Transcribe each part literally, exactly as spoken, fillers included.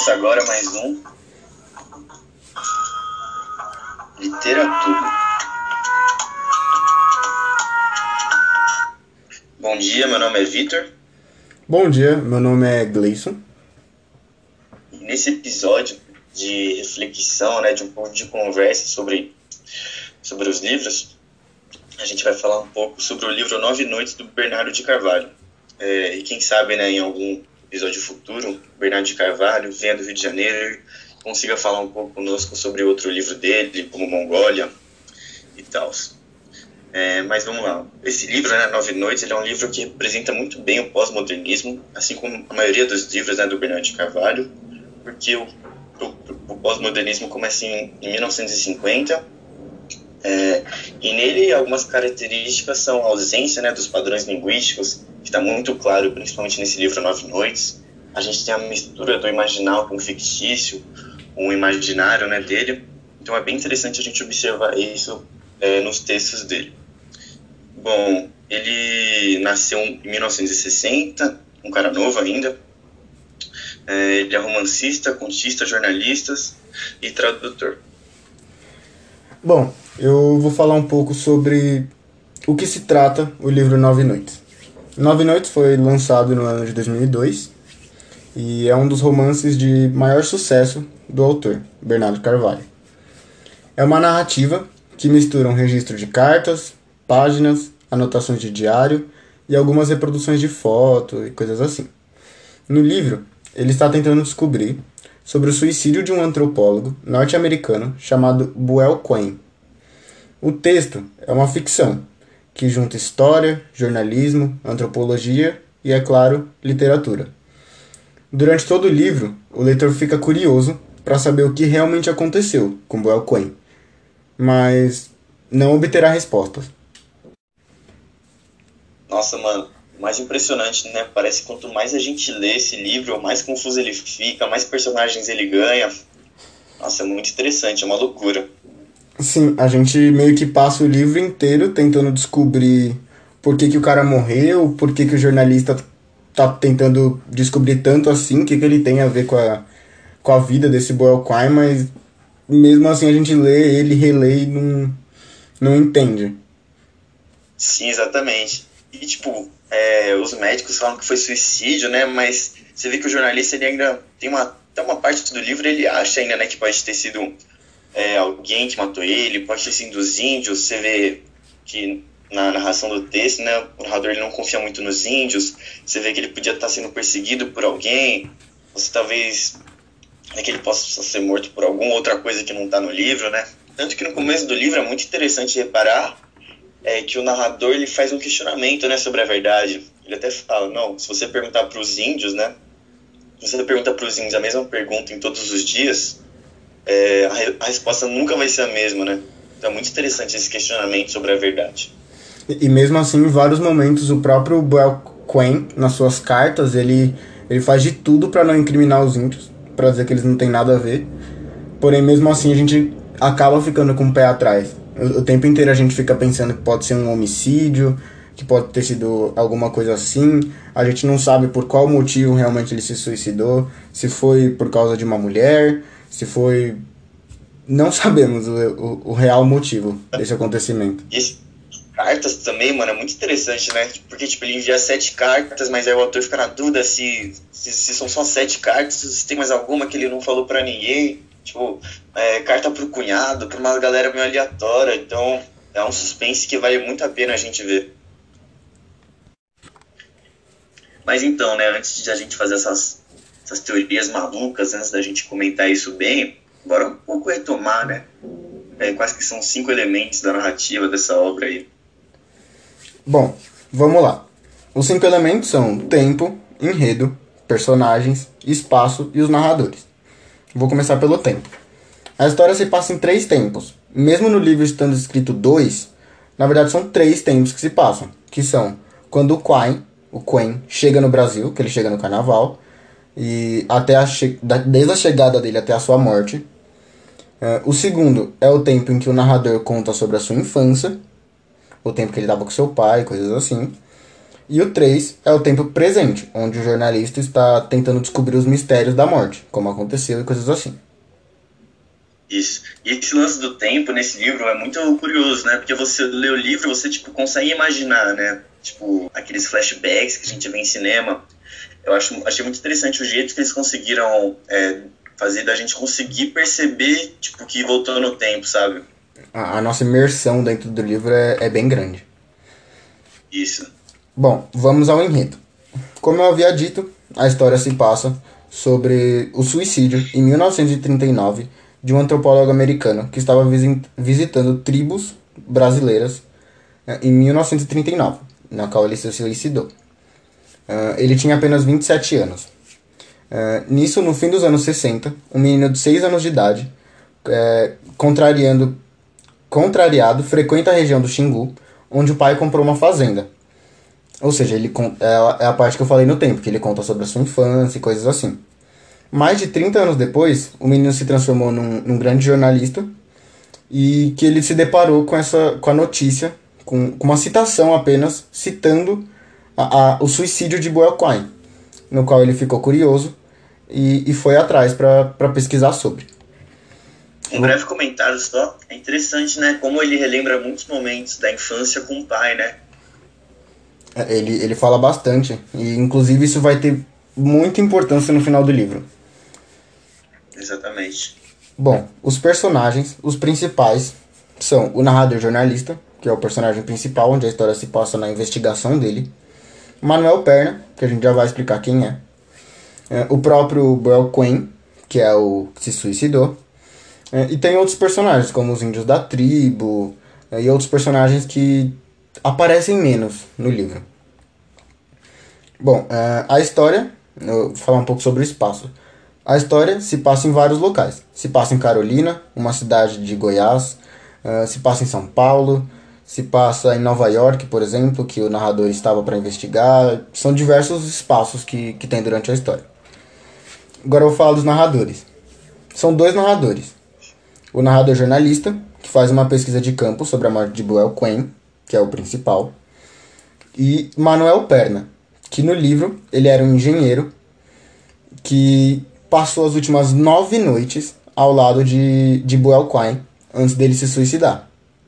Começa agora mais um Literatura. Bom dia, meu nome é Vitor. Bom dia, meu nome é Gleison. E nesse episódio de reflexão, né, de um pouco de conversa sobre, sobre os livros, a gente vai falar um pouco sobre o livro Nove Noites, do Bernardo de Carvalho. É, e quem sabe, né, em algum episódio futuro, Bernardo de Carvalho venha do Rio de Janeiro e consiga falar um pouco conosco sobre outro livro dele, como Mongólia e tal. É, mas vamos lá. Esse livro, né, Nove Noites, ele é um livro que representa muito bem o pós-modernismo, assim como a maioria dos livros, né, do Bernardo de Carvalho, porque o, o, o pós-modernismo começa em, em mil novecentos e cinquenta, é, e nele algumas características são a ausência, né, dos padrões linguísticos, que está muito claro, principalmente nesse livro Nove Noites. A gente tem a mistura do imaginal com o fictício, com o imaginário, né, dele. Então é bem interessante a gente observar isso é, nos textos dele. Bom, ele nasceu em mil novecentos e sessenta, um cara novo ainda. É, ele é romancista, contista, jornalista e tradutor. Bom, eu vou falar um pouco sobre o que se trata o livro Nove Noites. Nove Noites foi lançado no ano de dois mil e dois e é um dos romances de maior sucesso do autor, Bernardo Carvalho. É uma narrativa que mistura um registro de cartas, páginas, anotações de diário e algumas reproduções de foto e coisas assim. No livro, ele está tentando descobrir sobre o suicídio de um antropólogo norte-americano chamado Buell Quine. O texto é uma ficção que junta história, jornalismo, antropologia e, é claro, literatura. Durante todo o livro, o leitor fica curioso para saber o que realmente aconteceu com Buell Quine, mas não obterá respostas. Nossa, mano, mais impressionante, né? Parece que quanto mais a gente lê esse livro, mais confuso ele fica, mais personagens ele ganha. Nossa, é muito interessante, é uma loucura. Sim, a gente meio que passa o livro inteiro tentando descobrir por que, que o cara morreu, por que, que o jornalista tá tentando descobrir tanto assim, o que, que ele tem a ver com a, com a vida desse Buell Quine, mas mesmo assim a gente lê ele, relê e não, não entende. Sim, exatamente. E, tipo, é, os médicos falam que foi suicídio, né? Mas você vê que o jornalista, ele ainda tem uma, até uma parte do livro, ele acha ainda, né, que pode ter sido é, alguém que matou ele, pode ter sido dos índios. Você vê que na narração do texto, né, o narrador ele não confia muito nos índios. Você vê que ele podia estar sendo perseguido por alguém, ou se talvez é que ele possa ser morto por alguma outra coisa que não está no livro, né? Tanto que no começo do livro é muito interessante reparar é, que o narrador ele faz um questionamento, né, sobre a verdade. Ele até fala, não, se você perguntar para os índios, né, se você pergunta para os índios a mesma pergunta em todos os dias, é, a, re- a resposta nunca vai ser a mesma, né? Então é muito interessante esse questionamento sobre a verdade. E, e mesmo assim, em vários momentos, o próprio Buell Quine, nas suas cartas, ele, ele faz de tudo para não incriminar os índios, para dizer que eles não têm nada a ver. Porém, mesmo assim, a gente acaba ficando com o pé atrás. O, o tempo inteiro a gente fica pensando que pode ser um homicídio, que pode ter sido alguma coisa assim. A gente não sabe por qual motivo realmente ele se suicidou, se foi por causa de uma mulher, se foi... Não sabemos o, o, o real motivo desse acontecimento. E esse cartas também, mano, é muito interessante, né? Porque, tipo, ele envia sete cartas, mas aí o autor fica na dúvida se, se, se são só sete cartas, se tem mais alguma que ele não falou pra ninguém. Tipo, é, carta pro cunhado, pra uma galera meio aleatória. Então, é um suspense que vale muito a pena a gente ver. Mas então, né, antes de a gente fazer essas, essas teorias malucas, antes da gente comentar isso bem, bora um pouco retomar, né? É, quais que são os cinco elementos da narrativa dessa obra aí. Bom, vamos lá. Os cinco elementos são tempo, enredo, personagens, espaço e os narradores. Vou começar pelo tempo. A história se passa em três tempos. Mesmo no livro estando escrito dois, na verdade são três tempos que se passam, que são quando o Quine, o Quine chega no Brasil, que ele chega no carnaval, e até a che- da- desde a chegada dele até a sua morte. Eh, o segundo é o tempo em que o narrador conta sobre a sua infância, o tempo que ele estava com seu pai, coisas assim. E o três é o tempo presente, onde o jornalista está tentando descobrir os mistérios da morte, como aconteceu e coisas assim. Isso. E esse lance do tempo nesse livro é muito curioso, né? Porque você lê o livro, você, tipo, consegue imaginar, né? Tipo, aqueles flashbacks que a gente vê em cinema. Eu acho, achei muito interessante o jeito que eles conseguiram é, fazer da gente conseguir perceber, tipo, que voltou no tempo, sabe? A, a nossa imersão dentro do livro é, é bem grande. Isso. Bom, vamos ao enredo. Como eu havia dito, a história se passa sobre o suicídio, em mil novecentos e trinta e nove, de um antropólogo americano que estava visi- visitando tribos brasileiras eh, em mil novecentos e trinta e nove, na qual ele se suicidou. Ah, ele tinha apenas vinte e sete anos. Ah, nisso, no fim dos anos sessenta, um menino de seis anos de idade, eh, contrariando, contrariado, frequenta a região do Xingu, onde o pai comprou uma fazenda. Ou seja, ele con- é a é a parte que eu falei no tempo, que ele conta sobre a sua infância e coisas assim. Mais de trinta anos depois, o menino se transformou num, num grande jornalista e que ele se deparou com, essa, com a notícia, com, com uma citação apenas, citando a, a, o suicídio de Boel Quine, no qual ele ficou curioso e, e foi atrás para pesquisar sobre. Um breve comentário só. É interessante, né? Como ele relembra muitos momentos da infância com o pai, né? Ele, ele fala bastante, e inclusive isso vai ter muita importância no final do livro. Exatamente. Bom, os personagens, os principais, são o narrador jornalista, que é o personagem principal, onde a história se passa na investigação dele. Manuel Perna, que a gente já vai explicar quem é. É, o próprio Boel Quine, que é o que se suicidou. É, e tem outros personagens, como os índios da tribo, é, e outros personagens que aparecem menos no livro. Bom, é, a história, eu vou falar um pouco sobre o espaço. A história se passa em vários locais. Se passa em Carolina, uma cidade de Goiás, uh, se passa em São Paulo, se passa em Nova York, por exemplo, que o narrador estava para investigar. São diversos espaços que, que tem durante a história. Agora eu vou falar dos narradores. São dois narradores. O narrador jornalista, que faz uma pesquisa de campo sobre a morte de Boel Quine, que é o principal, e Manuel Perna, que no livro ele era um engenheiro que passou as últimas nove noites ao lado de, de Boel Quine antes dele se suicidar.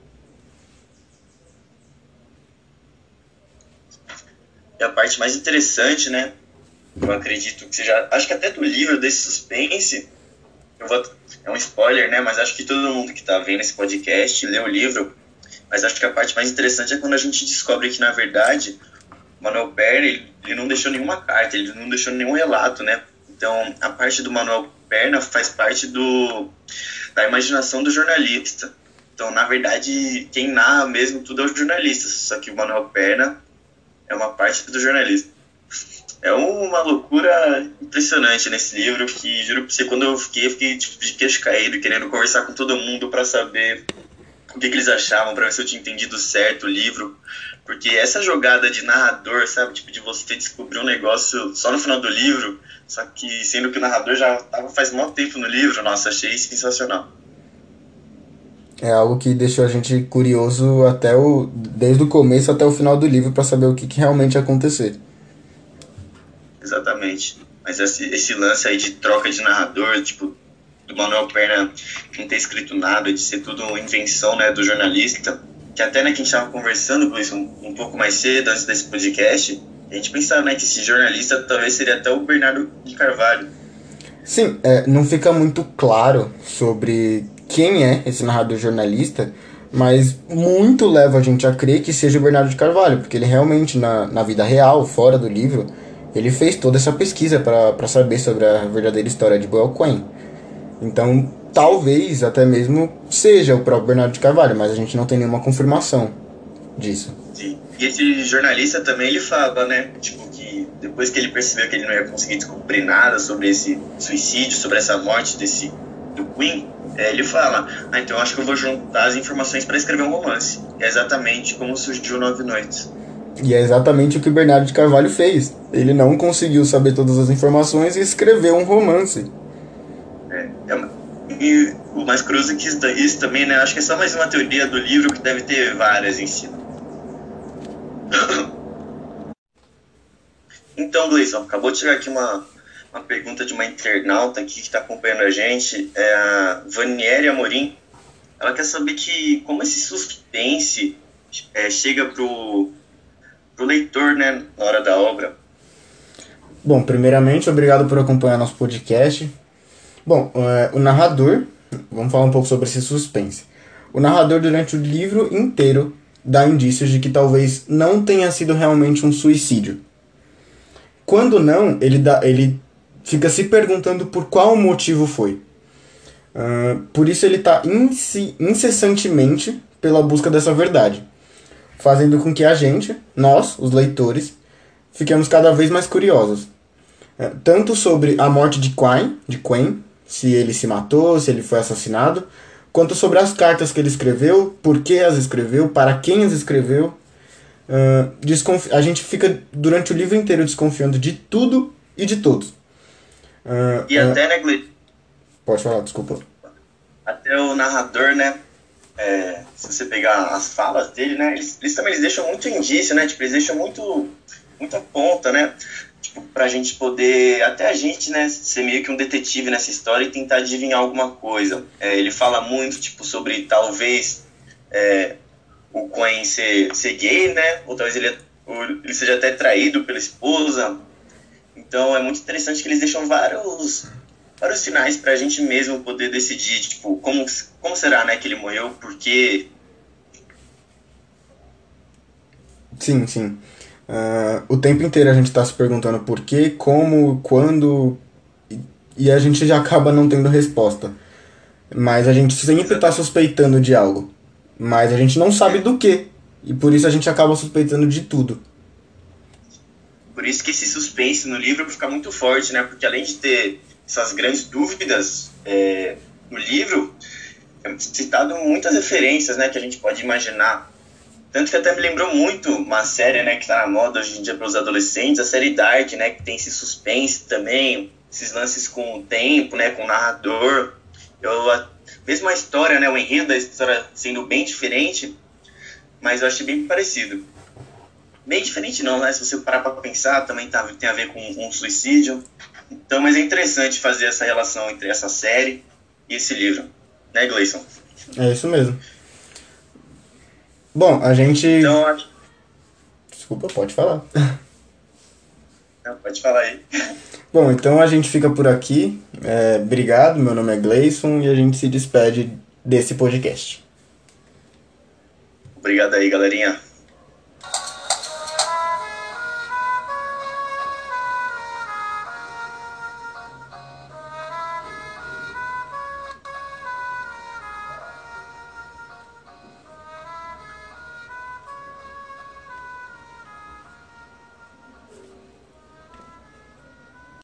E a parte mais interessante, né? Eu acredito que seja... Acho que até do livro desse suspense... Eu vou, é um spoiler, né? Mas acho que todo mundo que tá vendo esse podcast leu o livro. Mas acho que a parte mais interessante é quando a gente descobre que, na verdade, o Manuel Perna, ele, ele não deixou nenhuma carta, ele não deixou nenhum relato, né? Então, a parte do Manuel Perna faz parte do, da imaginação do jornalista. Então, na verdade, quem narra mesmo tudo é o jornalista. Só que o Manuel Perna é uma parte do jornalista. É uma loucura impressionante nesse livro que, juro pra você, quando eu fiquei, eu fiquei tipo, de queixo caído, querendo conversar com todo mundo pra saber o que, que eles achavam, pra ver se eu tinha entendido certo o livro. Porque essa jogada de narrador, sabe, tipo, de você descobrir um negócio só no final do livro, só que sendo que o narrador já tava faz muito tempo no livro, nossa, achei sensacional. É algo que deixou a gente curioso até o, desde o começo até o final do livro para saber o que, que realmente ia acontecer. Exatamente. Mas esse, esse lance aí de troca de narrador, tipo, do Manuel Perna não ter escrito nada, de ser tudo uma invenção, né, do jornalista, que até, né, que a gente estava conversando com isso um, um pouco mais cedo, antes desse podcast, a gente pensava, né, que esse jornalista talvez seria até o Bernardo de Carvalho. Sim, é, não fica muito claro sobre quem é esse narrador jornalista, mas muito leva a gente a crer que seja o Bernardo de Carvalho, porque ele realmente, na, na vida real, fora do livro, ele fez toda essa pesquisa para saber sobre a verdadeira história de Boel Quine. Então, talvez até mesmo seja o próprio Bernardo de Carvalho, mas a gente não tem nenhuma confirmação disso. Sim. E esse jornalista também, ele fala, né, tipo, que depois que ele percebeu que ele não ia conseguir descobrir nada sobre esse suicídio, sobre essa morte desse, do Quine, é, ele fala, ah, então eu acho que eu vou juntar as informações para escrever um romance. É exatamente como surgiu Nove Noites. E é exatamente o que o Bernardo de Carvalho fez. Ele não conseguiu saber todas as informações e escreveu um romance. É, é, e o mais curioso é que isso, isso também, né? Acho que é só mais uma teoria do livro que deve ter várias em cima. Então, Gleison, acabou de chegar aqui uma, uma pergunta de uma internauta aqui que está acompanhando a gente, é a Vaniere Amorim. Ela quer saber que como esse suspense é, chega pro, pro leitor, né, na hora da obra. Bom, primeiramente, obrigado por acompanhar nosso podcast. Bom, é, o narrador, vamos falar um pouco sobre esse suspense. O narrador, durante o livro inteiro, dá indícios de que talvez não tenha sido realmente um suicídio. Quando não, ele, dá, ele fica se perguntando por qual motivo foi. Uh, por isso ele está incessantemente pela busca dessa verdade, fazendo com que a gente, nós, os leitores, fiquemos cada vez mais curiosos. Uh, tanto sobre a morte de Quine, de Quine, se ele se matou, se ele foi assassinado, quanto sobre as cartas que ele escreveu, por que as escreveu, para quem as escreveu. Uh, desconfi- a gente fica durante o livro inteiro desconfiando de tudo e de todos. Uh, e uh, até, né, Gleison? Pode falar, desculpa. Até o narrador, né, é, se você pegar as falas dele, né, eles, eles também eles deixam muito indício, né, tipo, eles deixam muito, muita ponta, né, tipo, pra gente poder, até a gente, né, ser meio que um detetive nessa história e tentar adivinhar alguma coisa. É, ele fala muito, tipo, sobre talvez é, o Quine ser, ser gay, né, ou talvez ele, ele seja até traído pela esposa. Então é muito interessante que eles deixam vários, vários sinais pra gente mesmo poder decidir, tipo, como, como será, né, que ele morreu, por quê. Sim, sim. Uh, o tempo inteiro a gente está se perguntando por quê, como, quando, e, e a gente já acaba não tendo resposta. Mas a gente sempre está suspeitando de algo. Mas a gente não sabe do que. E por isso a gente acaba suspeitando de tudo. Por isso que esse suspense no livro fica muito forte, né? Porque além de ter essas grandes dúvidas é, no livro, é citado muitas referências, né, que a gente pode imaginar. Tanto que até me lembrou muito uma série, né, que está na moda hoje em dia para os adolescentes, a série Dark, né, que tem esse suspense também, esses lances com o tempo, né, com o narrador. Eu, a mesma história, né, o enredo da história sendo bem diferente, mas eu achei bem parecido. Bem diferente não, né, se você parar para pensar, também tá, tem a ver com um suicídio. Então, mas é interessante fazer essa relação entre essa série e esse livro, né, Gleison? É isso mesmo. Bom, a gente... Então, acho... Desculpa, pode falar. Não, pode falar aí. Bom, então a gente fica por aqui. É, obrigado, meu nome é Gleison e a gente se despede desse podcast. Obrigado aí, galerinha.